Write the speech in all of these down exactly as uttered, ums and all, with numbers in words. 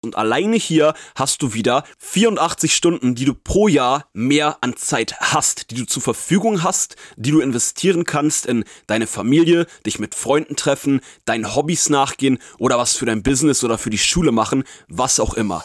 Und alleine hier hast du wieder vierundachtzig Stunden, die du pro Jahr mehr an Zeit hast, die du zur Verfügung hast, die du investieren kannst in deine Familie, dich mit Freunden treffen, deinen Hobbys nachgehen oder was für dein Business oder für die Schule machen, was auch immer.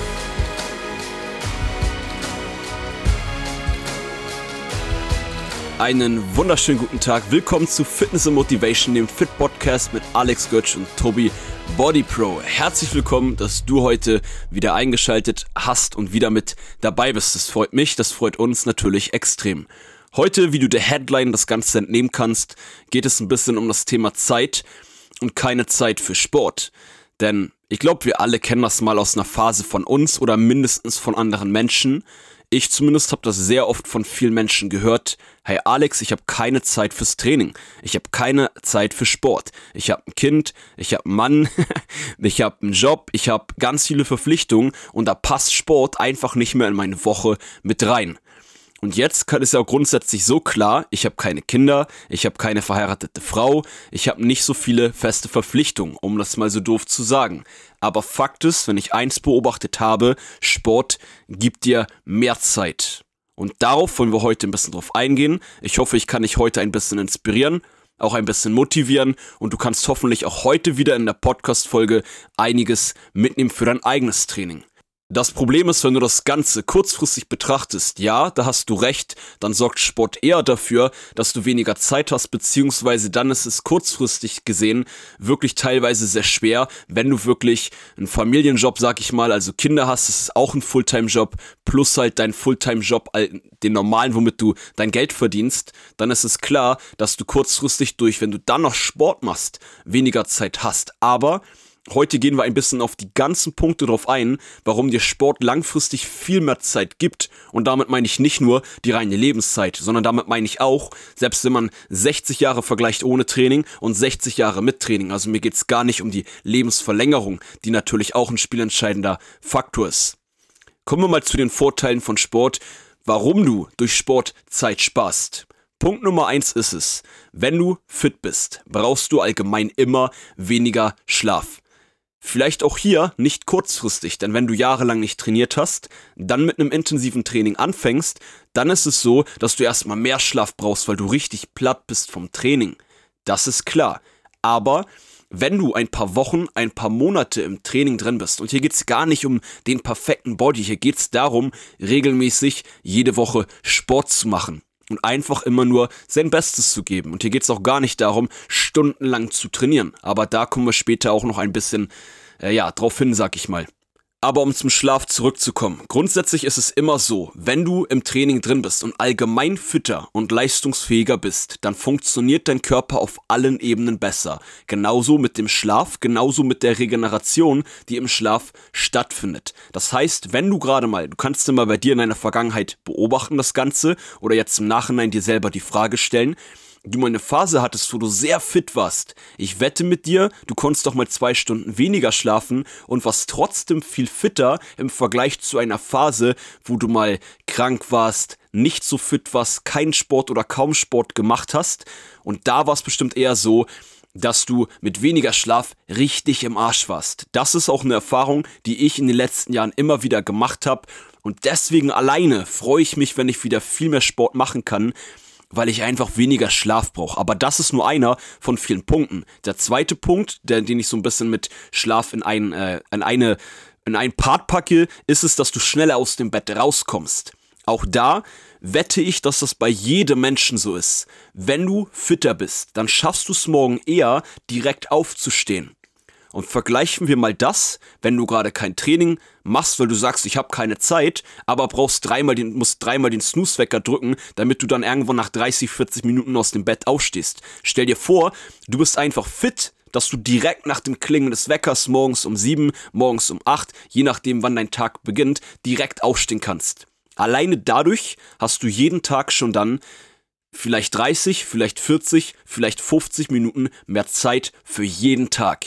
Einen wunderschönen guten Tag. Willkommen zu Fitness and Motivation, dem Fit Podcast mit Alex Götsch und Tobi Body Pro. Herzlich willkommen, dass du heute wieder eingeschaltet hast und wieder mit dabei bist. Das freut mich, das freut uns natürlich extrem. Heute, wie du der Headline das Ganze entnehmen kannst, geht es ein bisschen um das Thema Zeit und keine Zeit für Sport. Denn ich glaube, wir alle kennen das mal aus einer Phase von uns oder mindestens von anderen Menschen. Ich zumindest habe das sehr oft von vielen Menschen gehört. Hey Alex, ich habe keine Zeit fürs Training. Ich habe keine Zeit für Sport. Ich habe ein Kind, ich habe einen Mann, ich habe einen Job, ich habe ganz viele Verpflichtungen und da passt Sport einfach nicht mehr in meine Woche mit rein. Und jetzt ist ja auch grundsätzlich so klar, ich habe keine Kinder, ich habe keine verheiratete Frau, ich habe nicht so viele feste Verpflichtungen, um das mal so doof zu sagen. Aber Fakt ist, wenn ich eins beobachtet habe, Sport gibt dir mehr Zeit. Und darauf wollen wir heute ein bisschen drauf eingehen. Ich hoffe, ich kann dich heute ein bisschen inspirieren, auch ein bisschen motivieren und du kannst hoffentlich auch heute wieder in der Podcast-Folge einiges mitnehmen für dein eigenes Training. Das Problem ist, wenn du das Ganze kurzfristig betrachtest, ja, da hast du recht, dann sorgt Sport eher dafür, dass du weniger Zeit hast, beziehungsweise dann ist es kurzfristig gesehen wirklich teilweise sehr schwer, wenn du wirklich einen Familienjob, sag ich mal, also Kinder hast, das ist auch ein Fulltime-Job, plus halt dein Fulltime-Job, den normalen, womit du dein Geld verdienst, dann ist es klar, dass du kurzfristig durch, wenn du dann noch Sport machst, weniger Zeit hast, aber heute gehen wir ein bisschen auf die ganzen Punkte drauf ein, warum dir Sport langfristig viel mehr Zeit gibt. Und damit meine ich nicht nur die reine Lebenszeit, sondern damit meine ich auch, selbst wenn man sechzig Jahre vergleicht ohne Training und sechzig Jahre mit Training. Also mir geht es gar nicht um die Lebensverlängerung, die natürlich auch ein spielentscheidender Faktor ist. Kommen wir mal zu den Vorteilen von Sport, warum du durch Sport Zeit sparst. Punkt Nummer eins ist es, wenn du fit bist, brauchst du allgemein immer weniger Schlaf. Vielleicht auch hier nicht kurzfristig, denn wenn du jahrelang nicht trainiert hast, dann mit einem intensiven Training anfängst, dann ist es so, dass du erstmal mehr Schlaf brauchst, weil du richtig platt bist vom Training. Das ist klar. Aber wenn du ein paar Wochen, ein paar Monate im Training drin bist, und hier geht es gar nicht um den perfekten Body, hier geht es darum, regelmäßig jede Woche Sport zu machen. Und einfach immer nur sein Bestes zu geben. Und hier geht es auch gar nicht darum, stundenlang zu trainieren. Aber da kommen wir später auch noch ein bisschen, äh, ja, drauf hin, sag ich mal. Aber um zum Schlaf zurückzukommen. Grundsätzlich ist es immer so, wenn du im Training drin bist und allgemein fitter und leistungsfähiger bist, dann funktioniert dein Körper auf allen Ebenen besser. Genauso mit dem Schlaf, genauso mit der Regeneration, die im Schlaf stattfindet. Das heißt, wenn du gerade mal, du kannst dir mal bei dir in deiner Vergangenheit beobachten das Ganze oder jetzt im Nachhinein dir selber die Frage stellen, du mal eine Phase hattest, wo du sehr fit warst. Ich wette mit dir, du konntest doch mal zwei Stunden weniger schlafen und warst trotzdem viel fitter im Vergleich zu einer Phase, wo du mal krank warst, nicht so fit warst, keinen Sport oder kaum Sport gemacht hast. Und da war es bestimmt eher so, dass du mit weniger Schlaf richtig im Arsch warst. Das ist auch eine Erfahrung, die ich in den letzten Jahren immer wieder gemacht habe. Und deswegen alleine freue ich mich, wenn ich wieder viel mehr Sport machen kann, weil ich einfach weniger Schlaf brauche. Aber das ist nur einer von vielen Punkten. Der zweite Punkt, der, den ich so ein bisschen mit Schlaf in, ein, äh, in, eine, in einen Part packe, ist es, dass du schneller aus dem Bett rauskommst. Auch da wette ich, dass das bei jedem Menschen so ist. Wenn du fitter bist, dann schaffst du es morgen eher, direkt aufzustehen. Und vergleichen wir mal das, wenn du gerade kein Training machst, weil du sagst, ich habe keine Zeit, aber brauchst dreimal den, musst dreimal den Snooze-Wecker drücken, damit du dann irgendwann nach dreißig, vierzig Minuten aus dem Bett aufstehst. Stell dir vor, du bist einfach fit, dass du direkt nach dem Klingeln des Weckers morgens um sieben, morgens um acht, je nachdem wann dein Tag beginnt, direkt aufstehen kannst. Alleine dadurch hast du jeden Tag schon dann vielleicht dreißig, vielleicht vierzig, vielleicht fünfzig Minuten mehr Zeit für jeden Tag.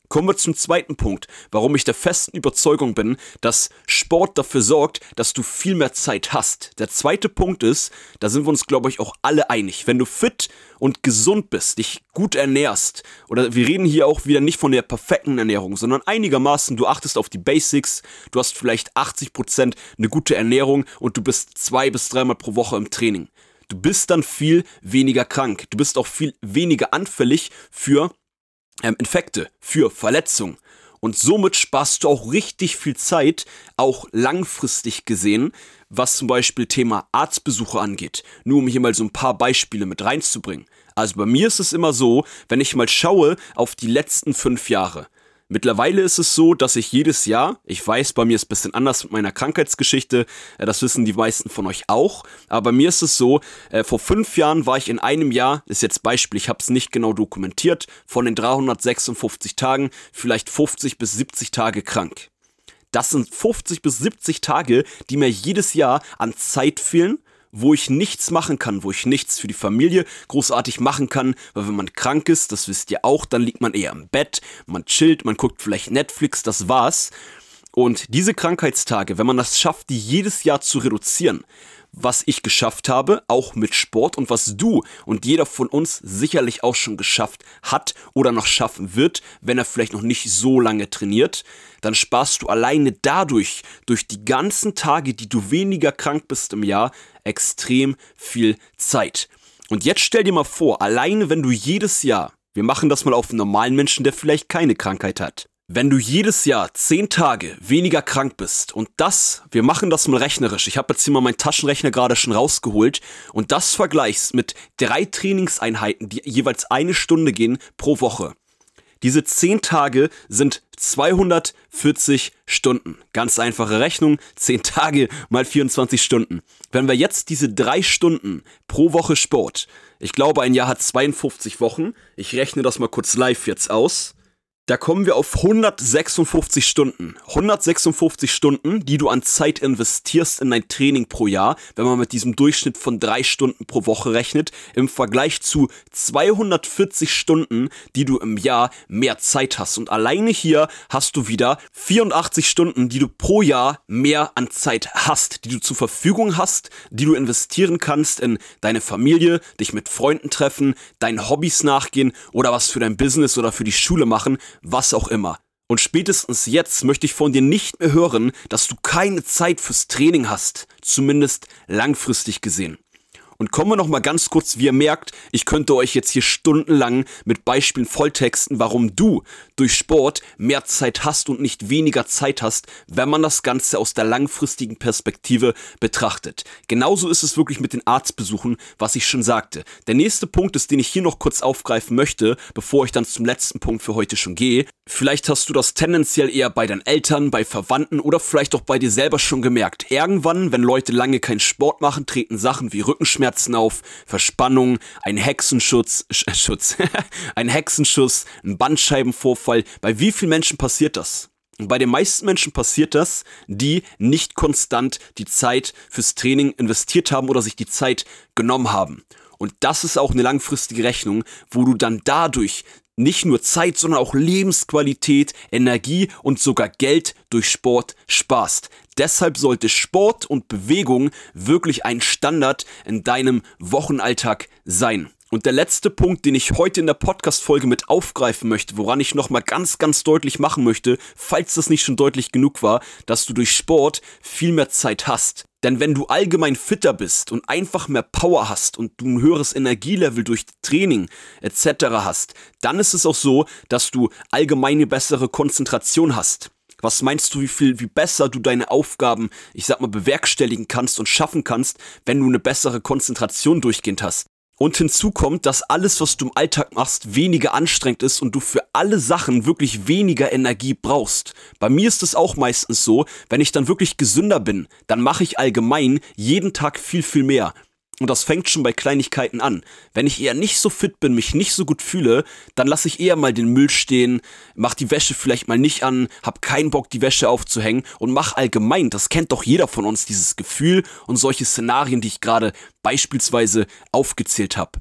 Kommen wir zum zweiten Punkt, warum ich der festen Überzeugung bin, dass Sport dafür sorgt, dass du viel mehr Zeit hast. Der zweite Punkt ist, da sind wir uns, glaube ich, auch alle einig. Wenn du fit und gesund bist, dich gut ernährst, oder wir reden hier auch wieder nicht von der perfekten Ernährung, sondern einigermaßen, du achtest auf die Basics, du hast vielleicht achtzig Prozent eine gute Ernährung und du bist zwei bis dreimal pro Woche im Training. Du bist dann viel weniger krank. Du bist auch viel weniger anfällig für ähm, Infekte, für Verletzungen. Und somit sparst du auch richtig viel Zeit, auch langfristig gesehen, was zum Beispiel Thema Arztbesuche angeht. Nur um hier mal so ein paar Beispiele mit reinzubringen. Also bei mir ist es immer so, wenn ich mal schaue auf die letzten fünf Jahre. Mittlerweile ist es so, dass ich jedes Jahr, ich weiß, bei mir ist es ein bisschen anders mit meiner Krankheitsgeschichte, das wissen die meisten von euch auch, aber bei mir ist es so, vor fünf Jahren war ich in einem Jahr, ist jetzt Beispiel, ich habe es nicht genau dokumentiert, von den dreihundertsechsundfünfzig Tagen vielleicht fünfzig bis siebzig Tage krank. Das sind fünfzig bis siebzig Tage, die mir jedes Jahr an Zeit fehlen, wo ich nichts machen kann, wo ich nichts für die Familie großartig machen kann, weil wenn man krank ist, das wisst ihr auch, dann liegt man eher im Bett, man chillt, man guckt vielleicht Netflix, das war's. Und diese Krankheitstage, wenn man das schafft, die jedes Jahr zu reduzieren, was ich geschafft habe, auch mit Sport und was du und jeder von uns sicherlich auch schon geschafft hat oder noch schaffen wird, wenn er vielleicht noch nicht so lange trainiert, dann sparst du alleine dadurch, durch die ganzen Tage, die du weniger krank bist im Jahr, extrem viel Zeit. Und jetzt stell dir mal vor, alleine wenn du jedes Jahr, wir machen das mal auf einen normalen Menschen, der vielleicht keine Krankheit hat, wenn du jedes Jahr zehn Tage weniger krank bist und das, wir machen das mal rechnerisch, ich habe jetzt hier mal meinen Taschenrechner gerade schon rausgeholt und das vergleichst mit drei Trainingseinheiten, die jeweils eine Stunde gehen pro Woche. Diese zehn Tage sind zweihundertvierzig Stunden. Ganz einfache Rechnung, zehn Tage mal vierundzwanzig Stunden. Wenn wir jetzt diese drei Stunden pro Woche Sport, ich glaube ein Jahr hat zweiundfünfzig Wochen, ich rechne das mal kurz live jetzt aus, da kommen wir auf hundertsechsundfünfzig Stunden. hundertsechsundfünfzig Stunden, die du an Zeit investierst in dein Training pro Jahr, wenn man mit diesem Durchschnitt von drei Stunden pro Woche rechnet, im Vergleich zu zweihundertvierzig Stunden, die du im Jahr mehr Zeit hast. Und alleine hier hast du wieder vierundachtzig Stunden, die du pro Jahr mehr an Zeit hast, die du zur Verfügung hast, die du investieren kannst in deine Familie, dich mit Freunden treffen, deinen Hobbys nachgehen oder was für dein Business oder für die Schule machen, was auch immer. Und spätestens jetzt möchte ich von dir nicht mehr hören, dass du keine Zeit fürs Training hast, zumindest langfristig gesehen. Und kommen wir noch mal ganz kurz, wie ihr merkt, ich könnte euch jetzt hier stundenlang mit Beispielen volltexten, warum du durch Sport mehr Zeit hast und nicht weniger Zeit hast, wenn man das Ganze aus der langfristigen Perspektive betrachtet. Genauso ist es wirklich mit den Arztbesuchen, was ich schon sagte. Der nächste Punkt ist, den ich hier noch kurz aufgreifen möchte, bevor ich dann zum letzten Punkt für heute schon gehe. Vielleicht hast du das tendenziell eher bei deinen Eltern, bei Verwandten oder vielleicht auch bei dir selber schon gemerkt. Irgendwann, wenn Leute lange keinen Sport machen, treten Sachen wie Rückenschmerzen auf, Verspannung, ein Hexenschutz, Sch- Schutz, ein Hexenschuss, ein Bandscheibenvorfall. Bei wie vielen Menschen passiert das? Und bei den meisten Menschen passiert das, die nicht konstant die Zeit fürs Training investiert haben oder sich die Zeit genommen haben. Und das ist auch eine langfristige Rechnung, wo du dann dadurch nicht nur Zeit, sondern auch Lebensqualität, Energie und sogar Geld durch Sport sparst. Deshalb sollte Sport und Bewegung wirklich ein Standard in deinem Wochenalltag sein. Und der letzte Punkt, den ich heute in der Podcast-Folge mit aufgreifen möchte, woran ich nochmal ganz, ganz deutlich machen möchte, falls das nicht schon deutlich genug war, dass du durch Sport viel mehr Zeit hast. Denn wenn du allgemein fitter bist und einfach mehr Power hast und du ein höheres Energielevel durch Training et cetera hast, dann ist es auch so, dass du allgemein eine bessere Konzentration hast. Was meinst du, wie viel, wie besser du deine Aufgaben, ich sag mal, bewerkstelligen kannst und schaffen kannst, wenn du eine bessere Konzentration durchgehend hast? Und hinzu kommt, dass alles, was du im Alltag machst, weniger anstrengend ist und du für alle Sachen wirklich weniger Energie brauchst. Bei mir ist es auch meistens so, wenn ich dann wirklich gesünder bin, dann mache ich allgemein jeden Tag viel, viel mehr. Und das fängt schon bei Kleinigkeiten an. Wenn ich eher nicht so fit bin, mich nicht so gut fühle, dann lasse ich eher mal den Müll stehen, mach die Wäsche vielleicht mal nicht an, hab keinen Bock, die Wäsche aufzuhängen und mach allgemein, das kennt doch jeder von uns, dieses Gefühl und solche Szenarien, die ich gerade beispielsweise aufgezählt habe.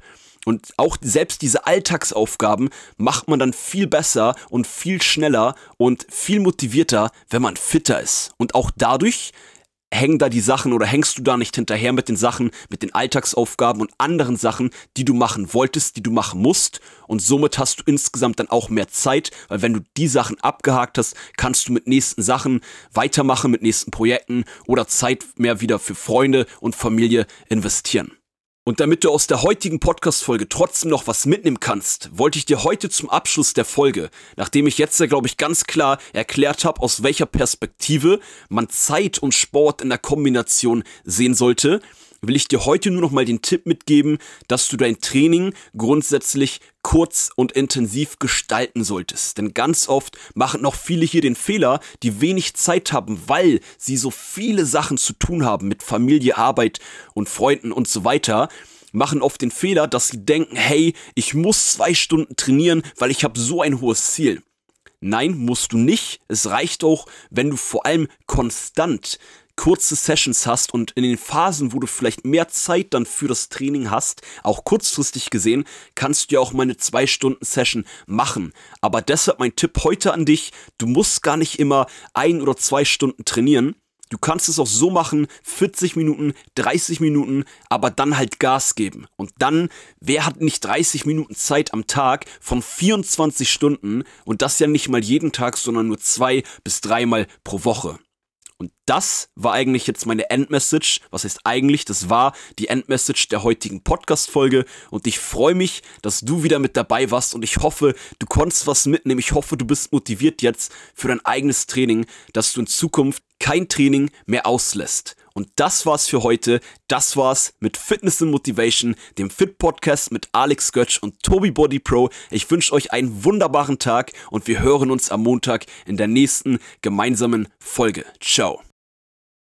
Und auch selbst diese Alltagsaufgaben macht man dann viel besser und viel schneller und viel motivierter, wenn man fitter ist. Und auch dadurch hängen da die Sachen oder hängst du da nicht hinterher mit den Sachen, mit den Alltagsaufgaben und anderen Sachen, die du machen wolltest, die du machen musst. Und somit hast du insgesamt dann auch mehr Zeit, weil wenn du die Sachen abgehakt hast, kannst du mit nächsten Sachen weitermachen, mit nächsten Projekten oder Zeit mehr wieder für Freunde und Familie investieren. Und damit du aus der heutigen Podcast-Folge trotzdem noch was mitnehmen kannst, wollte ich dir heute zum Abschluss der Folge, nachdem ich jetzt ja, glaube ich, ganz klar erklärt habe, aus welcher Perspektive man Zeit und Sport in der Kombination sehen sollte, will ich dir heute nur noch mal den Tipp mitgeben, dass du dein Training grundsätzlich kurz und intensiv gestalten solltest. Denn ganz oft machen noch viele hier den Fehler, die wenig Zeit haben, weil sie so viele Sachen zu tun haben mit Familie, Arbeit und Freunden und so weiter, machen oft den Fehler, dass sie denken, hey, ich muss zwei Stunden trainieren, weil ich habe so ein hohes Ziel. Nein, musst du nicht. Es reicht auch, wenn du vor allem konstant kurze Sessions hast und in den Phasen, wo du vielleicht mehr Zeit dann für das Training hast, auch kurzfristig gesehen, kannst du ja auch mal eine zwei Stunden Session machen. Aber deshalb mein Tipp heute an dich, du musst gar nicht immer ein oder zwei Stunden trainieren. Du kannst es auch so machen, vierzig Minuten, dreißig Minuten, aber dann halt Gas geben. Und dann, wer hat nicht dreißig Minuten Zeit am Tag von vierundzwanzig Stunden und das ja nicht mal jeden Tag, sondern nur zwei bis dreimal pro Woche. Und das war eigentlich jetzt meine Endmessage. Was heißt eigentlich? Das war die Endmessage der heutigen Podcast-Folge. Und ich freue mich, dass du wieder mit dabei warst. Und ich hoffe, du konntest was mitnehmen. Ich hoffe, du bist motiviert jetzt für dein eigenes Training, dass du in Zukunft kein Training mehr auslässt. Und das war's für heute. Das war's mit Fitness and Motivation, dem Fit-Podcast mit Alex Götsch und Tobi Body Pro. Ich wünsche euch einen wunderbaren Tag und wir hören uns am Montag in der nächsten gemeinsamen Folge. Ciao.